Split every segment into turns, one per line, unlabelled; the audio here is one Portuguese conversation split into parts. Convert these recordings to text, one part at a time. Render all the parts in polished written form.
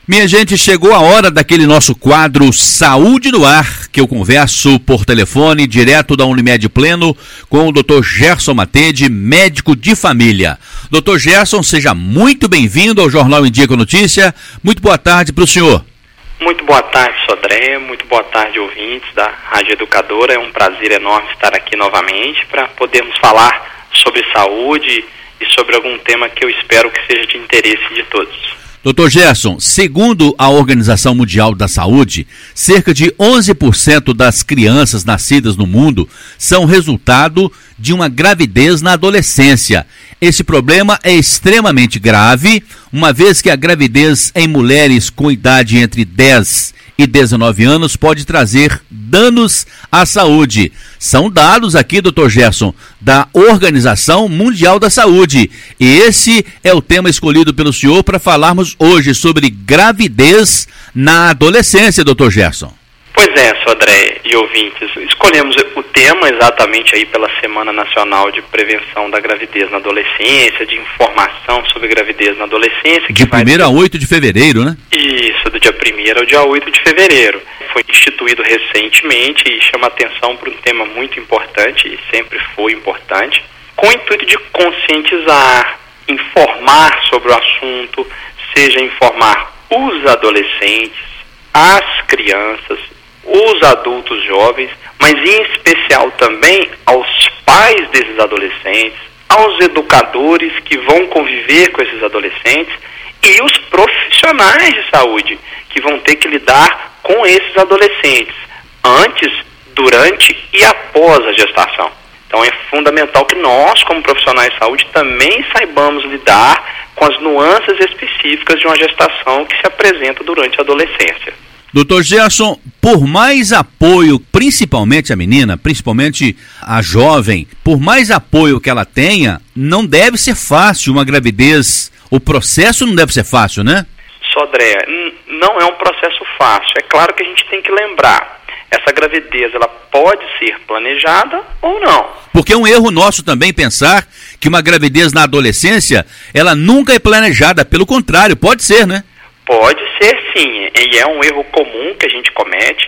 Minha gente, chegou a hora daquele nosso quadro Saúde no Ar, que eu converso por telefone, direto da Unimed Pleno, com o Dr. Gerson Matede, médico de família. Dr. Gerson, seja muito bem-vindo ao Jornal em Dia com Notícia. Muito boa tarde para o senhor.
Muito boa tarde, Sodré. Muito boa tarde, ouvintes da Rádio Educadora. É um prazer enorme estar aqui novamente para podermos falar sobre saúde e sobre algum tema que eu espero que seja de interesse de todos.
Dr. Gerson, segundo a Organização Mundial da Saúde, cerca de 11% das crianças nascidas no mundo são resultado de uma gravidez na adolescência. Esse problema é extremamente grave, uma vez que a gravidez em mulheres com idade entre 10 e 19 anos pode trazer danos à saúde. São dados aqui, Dr. Gerson, da Organização Mundial da Saúde. E esse é o tema escolhido pelo senhor para falarmos hoje sobre gravidez na adolescência, Dr. Gerson.
Pois é, Sodré e ouvintes, escolhemos o tema exatamente aí pela Semana Nacional de Prevenção da Gravidez na Adolescência, de informação sobre gravidez na adolescência.
De 1º a 8 de fevereiro, né?
Isso, do dia 1º ao dia 8 de fevereiro. Foi instituído recentemente e chama atenção para um tema muito importante, e sempre foi importante, com o intuito de conscientizar, informar sobre o assunto, seja informar os adolescentes, as crianças, os adultos jovens, mas em especial também aos pais desses adolescentes, aos educadores que vão conviver com esses adolescentes e os profissionais de saúde que vão ter que lidar com esses adolescentes antes, durante e após a gestação. Então é fundamental que nós, como profissionais de saúde, também saibamos lidar com as nuances específicas de uma gestação que se apresenta durante a adolescência.
Dr. Gerson, por mais apoio, principalmente a menina, principalmente a jovem, por mais apoio que ela tenha, não deve ser fácil uma gravidez. O processo não deve ser fácil, né?
Sodré, não é um processo fácil. É claro que a gente tem que lembrar, essa gravidez ela pode ser planejada ou não.
Porque é um erro nosso também pensar que uma gravidez na adolescência, ela nunca é planejada. Pelo contrário, pode ser, né?
Pode ser sim, e é um erro comum que a gente comete.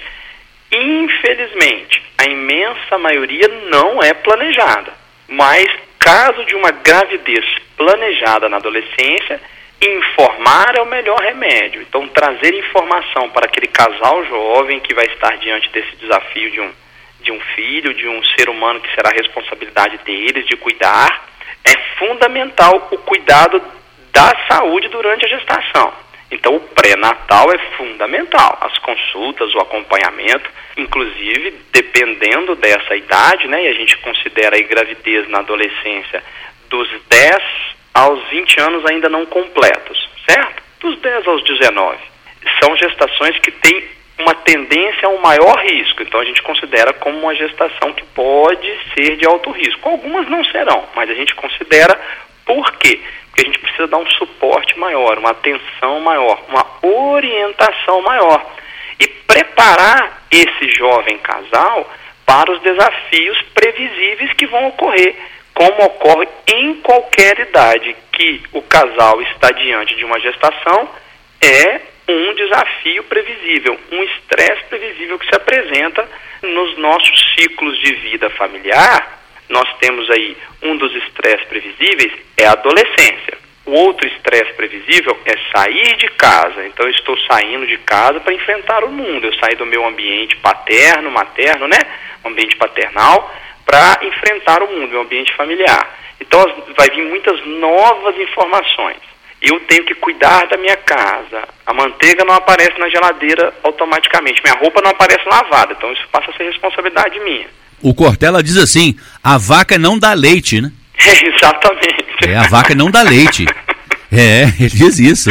Infelizmente, a imensa maioria não é planejada. Mas, caso de uma gravidez planejada na adolescência, informar é o melhor remédio. Então, trazer informação para aquele casal jovem que vai estar diante desse desafio de um filho, de um ser humano que será a responsabilidade deles de cuidar, é fundamental o cuidado da saúde durante a gestação. Então, o pré-natal é fundamental, as consultas, o acompanhamento, inclusive, dependendo dessa idade, né, e a gente considera a gravidez na adolescência dos 10 aos 20 anos ainda não completos, certo? Dos 10 aos 19. São gestações que têm uma tendência a um maior risco, então a gente considera como uma gestação que pode ser de alto risco. Algumas não serão, mas a gente considera por quê? Porque a gente precisa dar um suporte maior, uma atenção maior, uma orientação maior e preparar esse jovem casal para os desafios previsíveis que vão ocorrer, como ocorre em qualquer idade que o casal está diante de uma gestação, é um desafio previsível, um estresse previsível que se apresenta nos nossos ciclos de vida familiar. Nós temos aí um dos estresses previsíveis é a adolescência. O outro estresse previsível é sair de casa. Então eu estou saindo de casa para enfrentar o mundo. Eu saio do meu ambiente paterno, materno, né? Ambiente paternal, para enfrentar o mundo, meu ambiente familiar. Então vai vir muitas novas informações. Eu tenho que cuidar da minha casa. A manteiga não aparece na geladeira automaticamente. Minha roupa não aparece lavada. Então isso passa a ser responsabilidade minha.
O Cortella diz assim, a vaca não dá leite, né?
Exatamente.
A vaca não dá leite. Ele diz isso.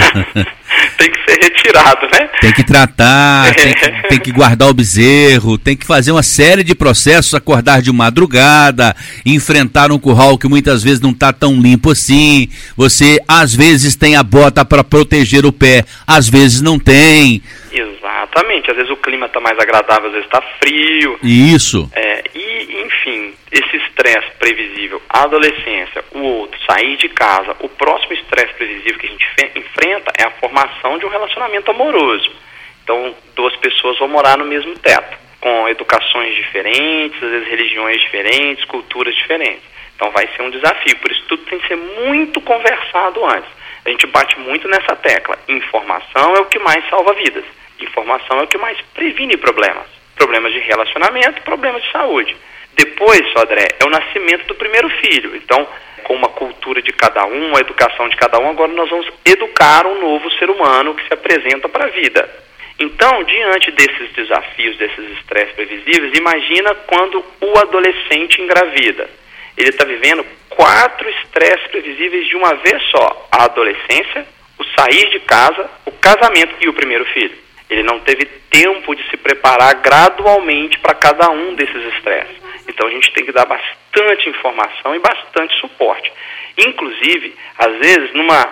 Tem que ser retirado, né?
Tem que tratar, tem que guardar o bezerro, tem que fazer uma série de processos, acordar de madrugada, enfrentar um curral que muitas vezes não está tão limpo assim. Você, às vezes, tem a bota para proteger o pé, às vezes não tem.
Exatamente. Às vezes o clima está mais agradável, às vezes está frio.
Isso.
E, enfim, esses estresse previsível, a adolescência, o outro, sair de casa, o próximo estresse previsível que a gente enfrenta é a formação de um relacionamento amoroso. Então, duas pessoas vão morar no mesmo teto, com educações diferentes, às vezes religiões diferentes, culturas diferentes. Então vai ser um desafio, por isso tudo tem que ser muito conversado antes. A gente bate muito nessa tecla. Informação é o que mais salva vidas. Informação é o que mais previne problemas. Problemas de relacionamento, problemas de saúde. Depois, Sodré, é o nascimento do primeiro filho. Então, com uma cultura de cada um, a educação de cada um, agora nós vamos educar um novo ser humano que se apresenta para a vida. Então, diante desses desafios, desses estresses previsíveis, imagina quando o adolescente engravida. Ele está vivendo 4 estresses previsíveis de uma vez só. A adolescência, o sair de casa, o casamento e o primeiro filho. Ele não teve tempo de se preparar gradualmente para cada um desses estresses. Então a gente tem que dar bastante informação e bastante suporte. Inclusive, às vezes,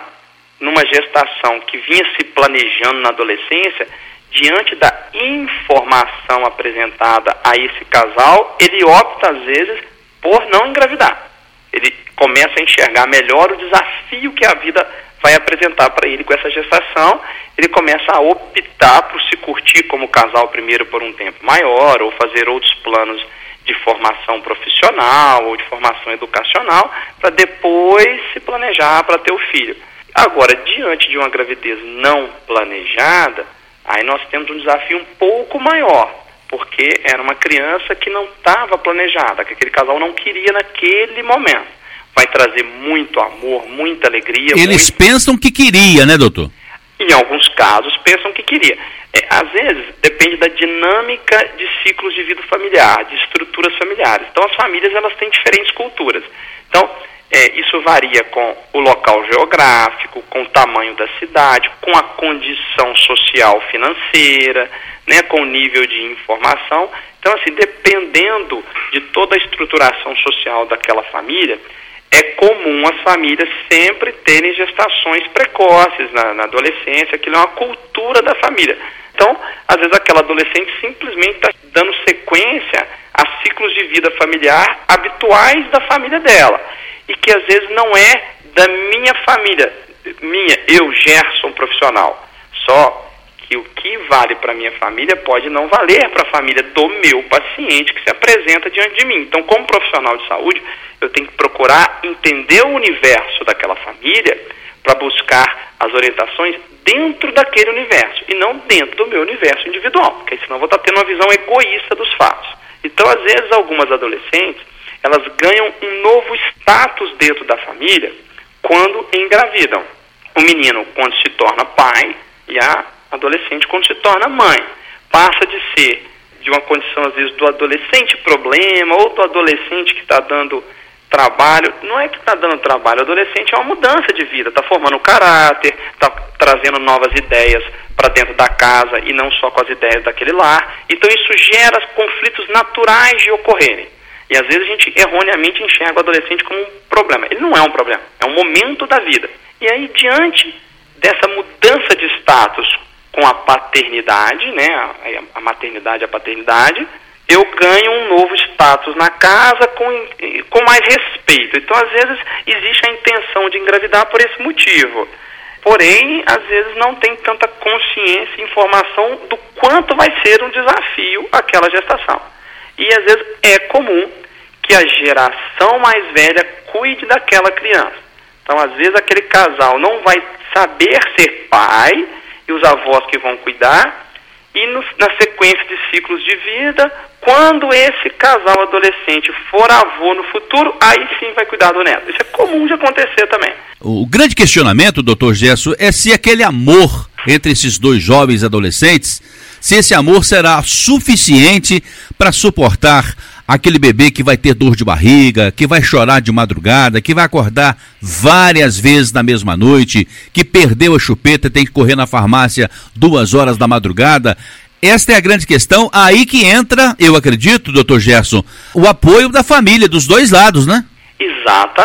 numa gestação que vinha se planejando na adolescência, diante da informação apresentada a esse casal, ele opta, às vezes, por não engravidar. Ele começa a enxergar melhor o desafio que a vida vai apresentar para ele com essa gestação. Ele começa a optar por se curtir como casal primeiro por um tempo maior, ou fazer outros planos de formação profissional ou de formação educacional, para depois se planejar para ter o filho. Agora, diante de uma gravidez não planejada, aí nós temos um desafio um pouco maior, porque era uma criança que não estava planejada, que aquele casal não queria naquele momento. Vai trazer muito amor, muita alegria.
Eles pensam que queria, né, doutor?
Em alguns casos, pensam que queria. Às vezes, depende da dinâmica de ciclos de vida familiar, de estruturas familiares. Então, as famílias elas têm diferentes culturas. Então, isso varia com o local geográfico, com o tamanho da cidade, com a condição social financeira, né, com o nível de informação. Então, assim, dependendo de toda a estruturação social daquela família, é comum as famílias sempre terem gestações precoces na adolescência, aquilo é uma cultura da família. Então, às vezes aquela adolescente simplesmente está dando sequência a ciclos de vida familiar habituais da família dela, e que às vezes não é da minha família, eu, Gerson, profissional. Só que o que vale para a minha família pode não valer para a família do meu paciente que se apresenta diante de mim. Então, como profissional de saúde, eu tenho que procurar entender o universo daquela família para buscar as orientações dentro daquele universo e não dentro do meu universo individual, porque senão eu vou estar tendo uma visão egoísta dos fatos. Então, às vezes, algumas adolescentes, elas ganham um novo status dentro da família quando engravidam. O menino, quando se torna pai, e a adolescente, quando se torna mãe. Passa de ser de uma condição, às vezes, do adolescente problema ou do adolescente que está dando trabalho. Não é que está dando trabalho, o adolescente é uma mudança de vida, está formando caráter, está trazendo novas ideias para dentro da casa e não só com as ideias daquele lar. Então isso gera conflitos naturais de ocorrerem. E às vezes a gente erroneamente enxerga o adolescente como um problema. Ele não é um problema, é um momento da vida. E aí, diante dessa mudança de status com a paternidade, né, a maternidade e a paternidade, eu ganho um novo status na casa com mais respeito. Então, às vezes, existe a intenção de engravidar por esse motivo. Porém, às vezes não tem tanta consciência e informação do quanto vai ser um desafio aquela gestação. E, às vezes, é comum que a geração mais velha cuide daquela criança. Então, às vezes, aquele casal não vai saber ser pai e os avós que vão cuidar, e na sequência de ciclos de vida, quando esse casal adolescente for avô no futuro, aí sim vai cuidar do neto. Isso é comum de acontecer também.
O grande questionamento, doutor Gerson, é se aquele amor entre esses dois jovens adolescentes, se esse amor será suficiente para suportar aquele bebê que vai ter dor de barriga, que vai chorar de madrugada, que vai acordar várias vezes na mesma noite, que perdeu a chupeta e tem que correr na farmácia 2 horas da madrugada. Esta é a grande questão, aí que entra, eu acredito, doutor Gerson, o apoio da família, dos dois lados, né?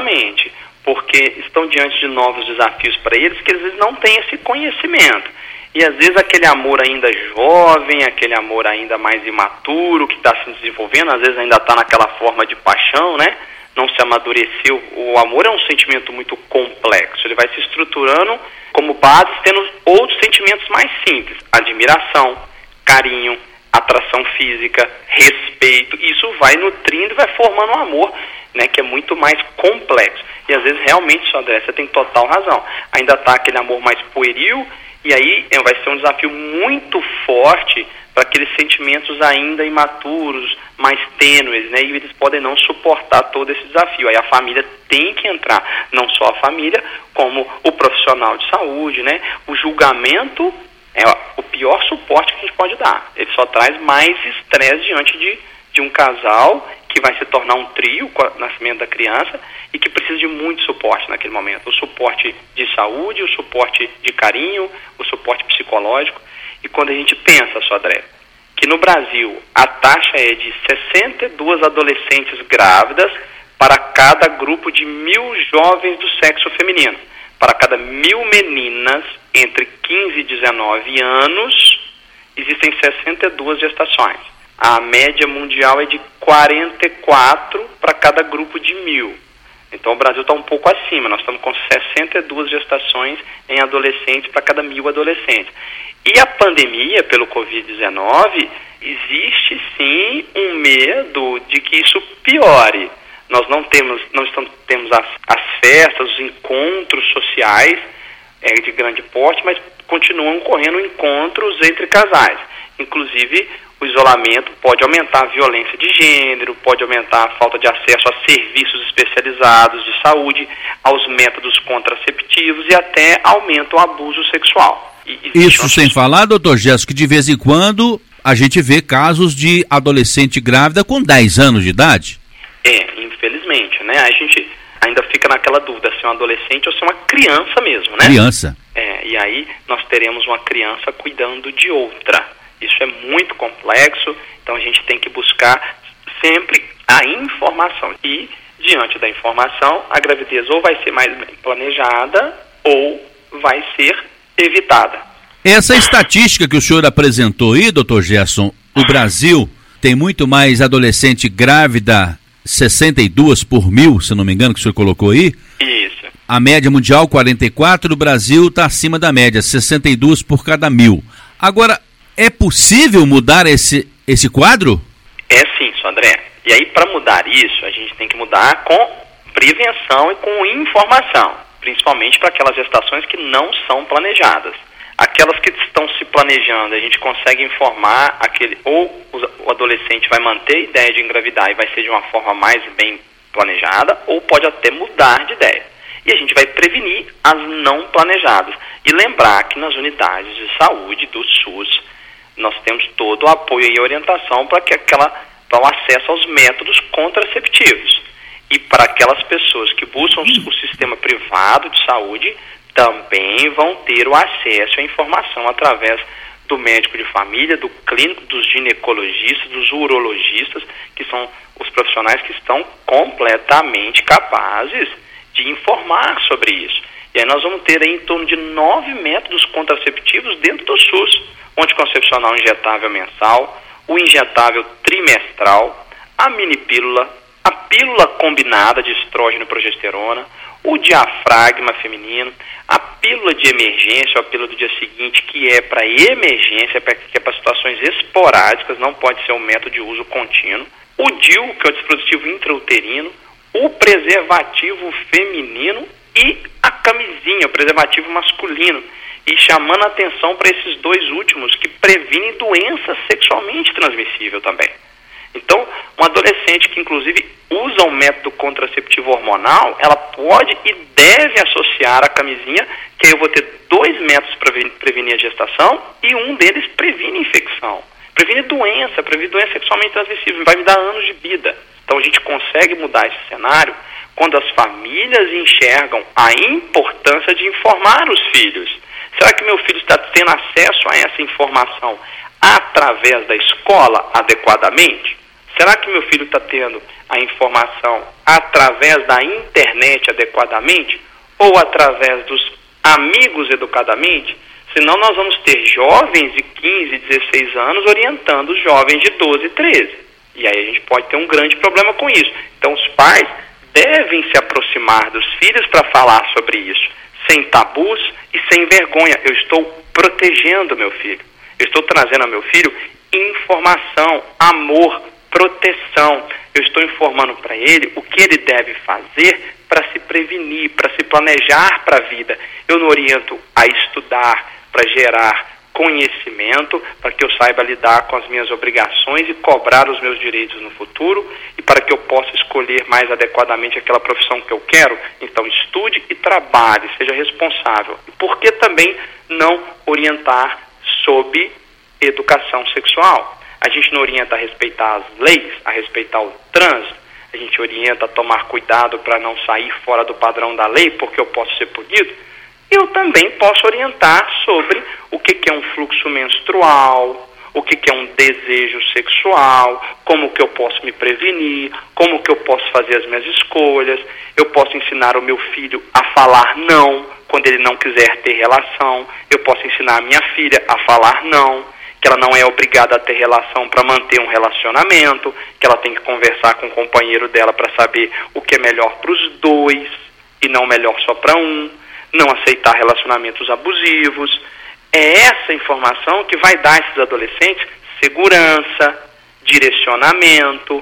Exatamente, porque estão diante de novos desafios para eles que às vezes não têm esse conhecimento. E às vezes aquele amor ainda jovem, aquele amor ainda mais imaturo, que está se desenvolvendo, às vezes ainda está naquela forma de paixão, né? Não se amadureceu. O amor é um sentimento muito complexo, ele vai se estruturando como base, tendo outros sentimentos mais simples: admiração, carinho, atração física, respeito. Isso vai nutrindo e vai formando um amor, né, que é muito mais complexo. E às vezes realmente, só André, você tem total razão. Ainda está aquele amor mais pueril, e aí vai ser um desafio muito forte para aqueles sentimentos ainda imaturos, mais tênues, né? E eles podem não suportar todo esse desafio. Aí a família tem que entrar, não só a família, como o profissional de saúde, né? O julgamento é o pior suporte que a gente pode dar. Ele só traz mais estresse diante de um casal que vai se tornar um trio com o nascimento da criança e que precisa de muito suporte naquele momento. O suporte de saúde, o suporte de carinho, o suporte psicológico. E quando a gente pensa, Sodré, que no Brasil a taxa é de 62 adolescentes grávidas para cada grupo de 1.000 jovens do sexo feminino. Para cada 1.000 meninas entre 15 e 19 anos, existem 62 gestações. A média mundial é de 44 para cada grupo de 1.000. Então o Brasil está um pouco acima, nós estamos com 62 gestações em adolescentes para cada 1.000 adolescentes. E a pandemia pelo Covid-19, existe sim um medo de que isso piore. Nós não temos as festas, os encontros sociais de grande porte, mas continuam ocorrendo encontros entre casais. Inclusive, o isolamento pode aumentar a violência de gênero, pode aumentar a falta de acesso a serviços especializados de saúde, aos métodos contraceptivos e até aumenta o abuso sexual.
Isso sem falar, doutor Gerson, que de vez em quando a gente vê casos de adolescente grávida com 10 anos de idade.
Infelizmente, né? A gente ainda fica naquela dúvida se é um adolescente ou se é uma criança mesmo, né?
Criança.
E aí nós teremos uma criança cuidando de outra. Isso é muito complexo, então a gente tem que buscar sempre a informação. E, diante da informação, a gravidez ou vai ser mais bem planejada ou vai ser evitada.
Essa estatística que o senhor apresentou aí, doutor Gerson, o Brasil tem muito mais adolescente grávida, 62 por 1.000, se não me engano, que o senhor colocou aí.
Isso.
A média mundial, 44, o Brasil está acima da média, 62 por cada 1.000. Agora, é possível mudar esse quadro?
É sim, André. E aí, para mudar isso, a gente tem que mudar com prevenção e com informação, principalmente para aquelas gestações que não são planejadas. Aquelas que estão se planejando, a gente consegue informar ou o adolescente vai manter a ideia de engravidar e vai ser de uma forma mais bem planejada, ou pode até mudar de ideia. E a gente vai prevenir as não planejadas. E lembrar que nas unidades de saúde do SUS, nós temos todo o apoio e orientação para o acesso aos métodos contraceptivos. E para aquelas pessoas que buscam o sistema privado de saúde, também vão ter o acesso à informação através do médico de família, do clínico, dos ginecologistas, dos urologistas, que são os profissionais que estão completamente capazes de informar sobre isso. E aí nós vamos ter aí em torno de 9 métodos contraceptivos dentro do SUS. O anticoncepcional injetável mensal, o injetável trimestral, a minipílula, a pílula combinada de estrógeno e progesterona, o diafragma feminino, a pílula de emergência, ou a pílula do dia seguinte, que é para emergência, que é para situações esporádicas, não pode ser um método de uso contínuo, o DIU, que é o dispositivo intrauterino, o preservativo feminino e a camisinha, o preservativo masculino. E chamando a atenção para esses dois últimos, que previnem doença sexualmente transmissível também. Então, um adolescente que inclusive usa um método contraceptivo hormonal, ela pode e deve associar a camisinha, que aí eu vou ter 2 métodos para prevenir a gestação, e um deles previne infecção, previne doença sexualmente transmissível, vai me dar anos de vida. Então a gente consegue mudar esse cenário quando as famílias enxergam a importância de informar os filhos. Será que meu filho está tendo acesso a essa informação através da escola adequadamente? Será que meu filho está tendo a informação através da internet adequadamente? Ou através dos amigos educadamente? Senão nós vamos ter jovens de 15, 16 anos orientando os jovens de 12, 13. E aí a gente pode ter um grande problema com isso. Então os pais devem se aproximar dos filhos para falar sobre isso, sem tabus e sem vergonha. Eu estou protegendo meu filho. Eu estou trazendo ao meu filho informação, amor, proteção. Eu estou informando para ele o que ele deve fazer para se prevenir, para se planejar para a vida. Eu não oriento a estudar para gerar conhecimento, para que eu saiba lidar com as minhas obrigações e cobrar os meus direitos no futuro, e para que eu possa escolher mais adequadamente aquela profissão que eu quero. Então estude e trabalhe, seja responsável. E por que também não orientar sobre educação sexual? A gente não orienta a respeitar as leis, a respeitar o trânsito, a gente orienta a tomar cuidado para não sair fora do padrão da lei, porque eu posso ser punido. Eu também posso orientar sobre o que é um fluxo menstrual, o que é um desejo sexual, como que eu posso me prevenir, como que eu posso fazer as minhas escolhas. Eu posso ensinar o meu filho a falar não quando ele não quiser ter relação. Eu posso ensinar a minha filha a falar não, que ela não é obrigada a ter relação para manter um relacionamento, que ela tem que conversar com o companheiro dela para saber o que é melhor para os dois e não melhor só para um. Não aceitar relacionamentos abusivos. É essa informação que vai dar a esses adolescentes segurança, direcionamento,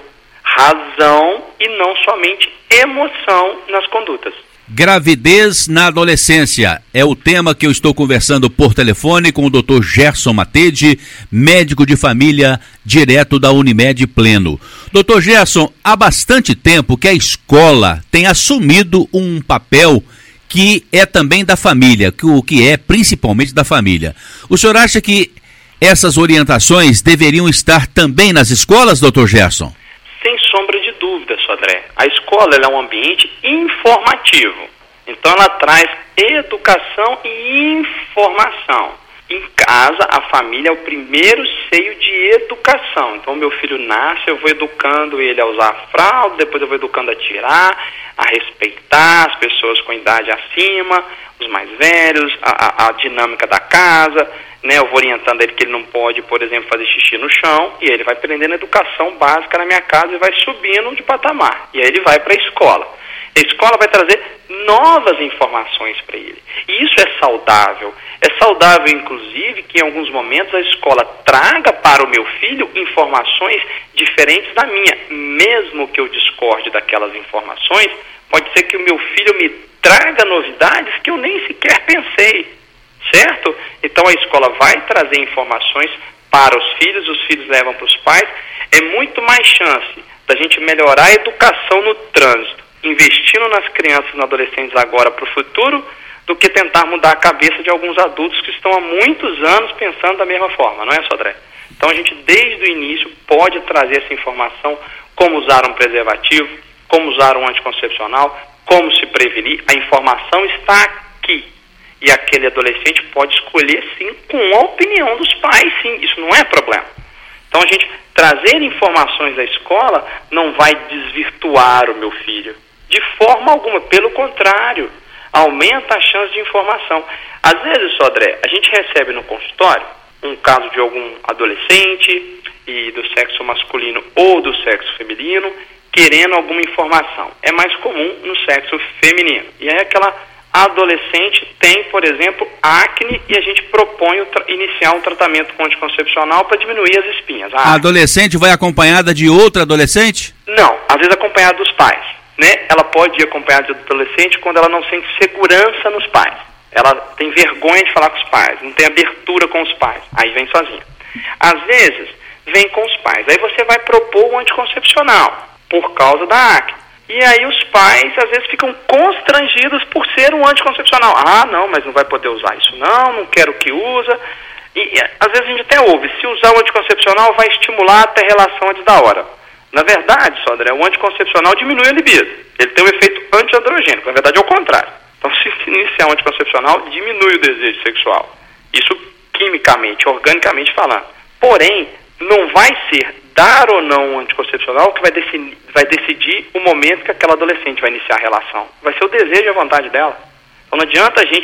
razão e não somente emoção nas condutas.
Gravidez na adolescência é o tema que eu estou conversando por telefone com o Dr. Gerson Matede, médico de família direto da Unimed Pleno. Dr. Gerson, há bastante tempo que a escola tem assumido um papel que é também da família, que é principalmente da família. O senhor acha que essas orientações deveriam estar também nas escolas, doutor Gerson?
Sem sombra de dúvida, Sodré. A escola ela é um ambiente informativo. Então ela traz educação e informação. Em casa, a família é o primeiro seio de educação. Então, meu filho nasce, eu vou educando ele a usar a fralda, depois eu vou educando a tirar, a respeitar as pessoas com idade acima, os mais velhos, a dinâmica da casa, né? Eu vou orientando ele que ele não pode, por exemplo, fazer xixi no chão, e ele vai aprendendo educação básica na minha casa e vai subindo de patamar. E aí ele vai para a escola. A escola vai trazer novas informações para ele. E isso é saudável. É saudável, inclusive, que em alguns momentos a escola traga para o meu filho informações diferentes da minha. Mesmo que eu discorde daquelas informações, pode ser que o meu filho me traga novidades que eu nem sequer pensei. Certo? Então a escola vai trazer informações para os filhos levam para os pais. É muito mais chance da gente melhorar a educação no trânsito, investindo nas crianças e nos adolescentes agora para o futuro, do que tentar mudar a cabeça de alguns adultos que estão há muitos anos pensando da mesma forma, não é, Sodré? Então a gente, desde o início, pode trazer essa informação, como usar um preservativo, como usar um anticoncepcional, como se prevenir. A informação está aqui. E aquele adolescente pode escolher, sim, com a opinião dos pais, sim. Isso não é problema. Então a gente trazer informações da escola não vai desvirtuar o meu filho. De forma alguma, pelo contrário, aumenta a chance de informação. Às vezes, Sodré, a gente recebe no consultório um caso de algum adolescente e do sexo masculino ou do sexo feminino querendo alguma informação. É mais comum no sexo feminino. E aí aquela adolescente tem, por exemplo, acne e a gente propõe iniciar um tratamento com anticoncepcional para diminuir as espinhas.
A adolescente vai acompanhada de outra adolescente?
Não, às vezes acompanhada dos pais. Né? Ela pode ir acompanhada de adolescente quando ela não sente segurança nos pais. Ela tem vergonha de falar com os pais, não tem abertura com os pais. Aí vem sozinha. Às vezes, vem com os pais. Aí você vai propor um anticoncepcional por causa da acne. E aí os pais, às vezes, ficam constrangidos por ser um anticoncepcional. Ah, não, mas não vai poder usar isso não quero que usa. E às vezes a gente até ouve, se usar o anticoncepcional vai estimular a ter relação antes da hora. Na verdade, Sodré, o anticoncepcional diminui a libido. Ele tem um efeito antiandrogênico. Na verdade, é o contrário. Então, se iniciar um anticoncepcional, diminui o desejo sexual. Isso quimicamente, organicamente falando. Porém, não vai ser dar ou não um anticoncepcional que vai decidir o momento que aquela adolescente vai iniciar a relação. Vai ser o desejo e a vontade dela. Então, não adianta a gente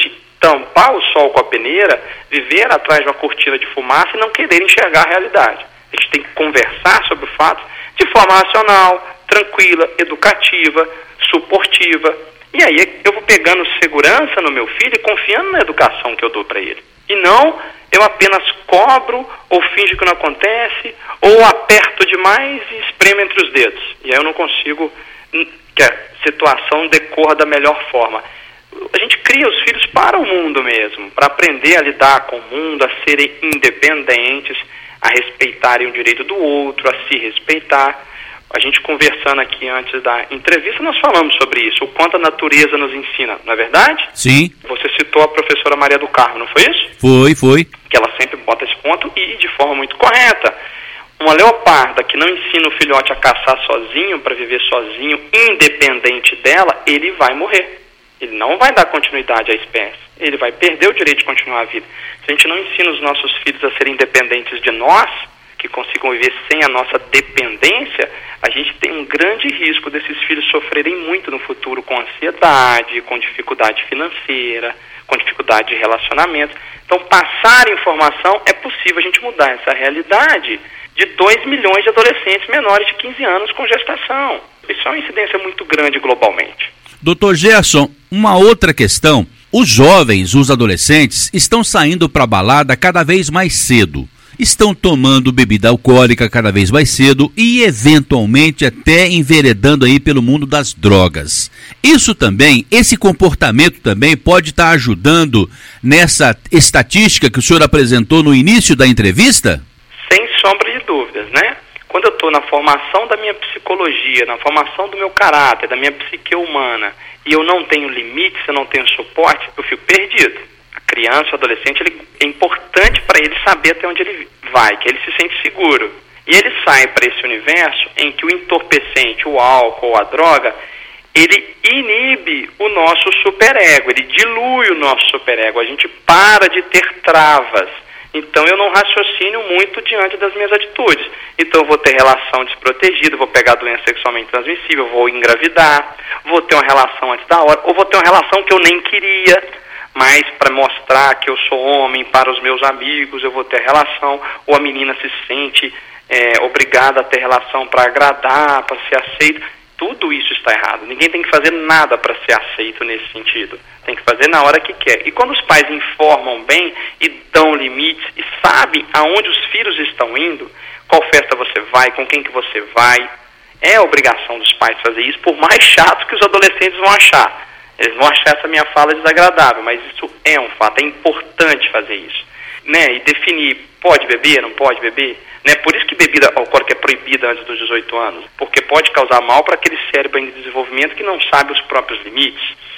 tampar o sol com a peneira, viver atrás de uma cortina de fumaça e não querer enxergar a realidade. A gente tem que conversar sobre o fato de forma racional, tranquila, educativa, suportiva. E aí eu vou pegando segurança no meu filho e confiando na educação que eu dou para ele. E não eu apenas cobro, ou finjo que não acontece, ou aperto demais e espremo entre os dedos. E aí eu não consigo que a situação decorra da melhor forma. A gente cria os filhos para o mundo mesmo, para aprender a lidar com o mundo, a serem independentes, a respeitarem o direito do outro, a se respeitar. A gente conversando aqui antes da entrevista, nós falamos sobre isso, o quanto a natureza nos ensina, não é verdade?
Sim.
Você citou a professora Maria do Carmo, não foi isso?
Foi.
Que ela sempre bota esse ponto e de forma muito correta. Uma leoparda que não ensina o filhote a caçar sozinho, para viver sozinho, independente dela, ele vai morrer. Ele não vai dar continuidade à espécie. Ele vai perder o direito de continuar a vida. Se a gente não ensina os nossos filhos a serem independentes de nós, que consigam viver sem a nossa dependência, a gente tem um grande risco desses filhos sofrerem muito no futuro com ansiedade, com dificuldade financeira, com dificuldade de relacionamento. Então, passar informação, é possível a gente mudar essa realidade de 2 milhões de adolescentes menores de 15 anos com gestação. Isso é uma incidência muito grande globalmente.
Dr. Gerson, uma outra questão. Os jovens, os adolescentes, estão saindo para a balada cada vez mais cedo. Estão tomando bebida alcoólica cada vez mais cedo e, eventualmente, até enveredando aí pelo mundo das drogas. Isso também, esse comportamento também pode estar ajudando nessa estatística que o senhor apresentou no início da entrevista?
Sem sombra de dúvidas, né? Quando eu estou na formação da minha psicologia, na formação do meu caráter, da minha psique humana, e eu não tenho limites, eu não tenho suporte, eu fico perdido. A criança, o adolescente, é importante para ele saber até onde ele vai, que ele se sente seguro. E ele sai para esse universo em que o entorpecente, o álcool, a droga, ele inibe o nosso superego, ele dilui o nosso superego, a gente para de ter travas. Então eu não raciocino muito diante das minhas atitudes. Então eu vou ter relação desprotegida, vou pegar doença sexualmente transmissível, vou engravidar, vou ter uma relação antes da hora, ou vou ter uma relação que eu nem queria, mas para mostrar que eu sou homem para os meus amigos eu vou ter relação, ou a menina se sente obrigada a ter relação para agradar, para ser aceita. Tudo isso está errado. Ninguém tem que fazer nada para ser aceito nesse sentido. Tem que fazer na hora que quer. E quando os pais informam bem e dão limites e sabem aonde os filhos estão indo, qual festa você vai, com quem que você vai, é a obrigação dos pais fazer isso, por mais chato que os adolescentes vão achar. Eles vão achar essa minha fala desagradável, mas isso é um fato, é importante fazer isso. Né? E definir, pode beber, não pode beber? Né? Por isso que bebida alcoólica é proibida antes dos 18 anos, porque pode causar mal para aquele cérebro em desenvolvimento que não sabe os próprios limites.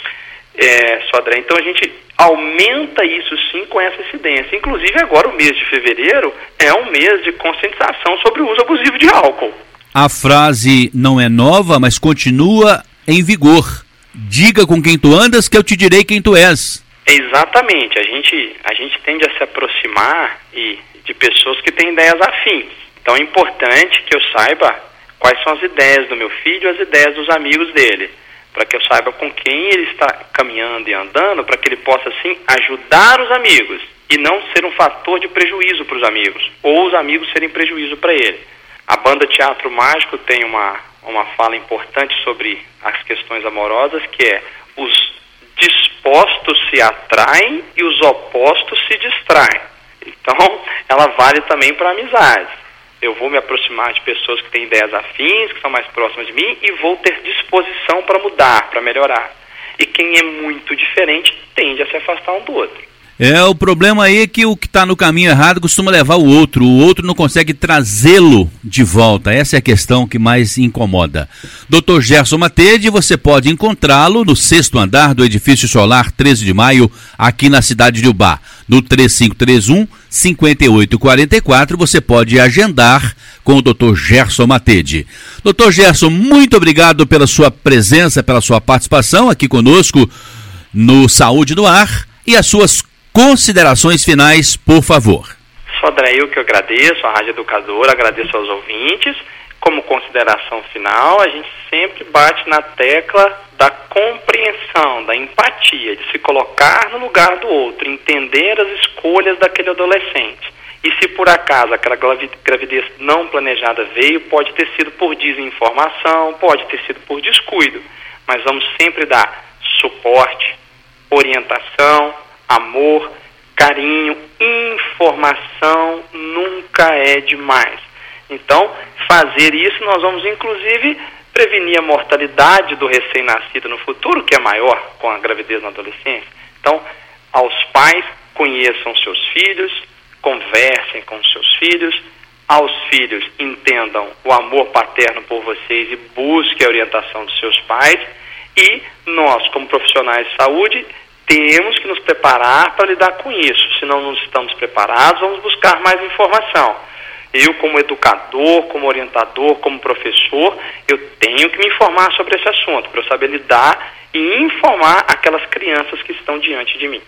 Sodré, então a gente aumenta isso sim com essa incidência. Inclusive agora o mês de fevereiro é um mês de conscientização sobre o uso abusivo de álcool.
A frase não é nova, mas continua em vigor. Diga com quem tu andas que eu te direi quem tu és.
Exatamente, a gente tende a se aproximar de pessoas que têm ideias afins. Então é importante que eu saiba quais são as ideias do meu filho e as ideias dos amigos dele, para que eu saiba com quem ele está caminhando e andando, para que ele possa, assim, ajudar os amigos e não ser um fator de prejuízo para os amigos, ou os amigos serem prejuízo para ele. A banda Teatro Mágico tem uma fala importante sobre as questões amorosas, que é: os dispostos se atraem e os opostos se distraem. Então, ela vale também para amizades. Eu vou me aproximar de pessoas que têm ideias afins, que são mais próximas de mim, e vou ter disposição para mudar, para melhorar. E quem é muito diferente tende a se afastar um do outro.
O problema aí é que o que está no caminho errado costuma levar o outro não consegue trazê-lo de volta. Essa é a questão que mais incomoda. Dr. Gerson Matede, você pode encontrá-lo no 6º andar do Edifício Solar 13 de Maio, aqui na cidade de Ubá. No 3531-5844, você pode agendar com o Dr. Gerson Matede. Dr. Gerson, muito obrigado pela sua presença, pela sua participação aqui conosco no Saúde no Ar, e as suas considerações finais, por favor.
Sodré, eu que agradeço, a Rádio Educadora, agradeço aos ouvintes. como consideração final, a gente sempre bate na tecla da compreensão, da empatia, de se colocar no lugar do outro, entender as escolhas daquele adolescente. E se por acaso aquela gravidez não planejada veio, pode ter sido por desinformação, pode ter sido por descuido, mas vamos sempre dar suporte, orientação, amor, carinho, informação nunca é demais. Então, fazer isso, nós vamos inclusive prevenir a mortalidade do recém-nascido no futuro, que é maior com a gravidez na adolescência. Então, aos pais, conheçam seus filhos, conversem com seus filhos, aos filhos, entendam o amor paterno por vocês e busquem a orientação dos seus pais, e nós, como profissionais de saúde, temos que nos preparar para lidar com isso. Se não nos estamos preparados, vamos buscar mais informação. Eu, como educador, como orientador, como professor, eu tenho que me informar sobre esse assunto, para eu saber lidar e informar aquelas crianças que estão diante de mim.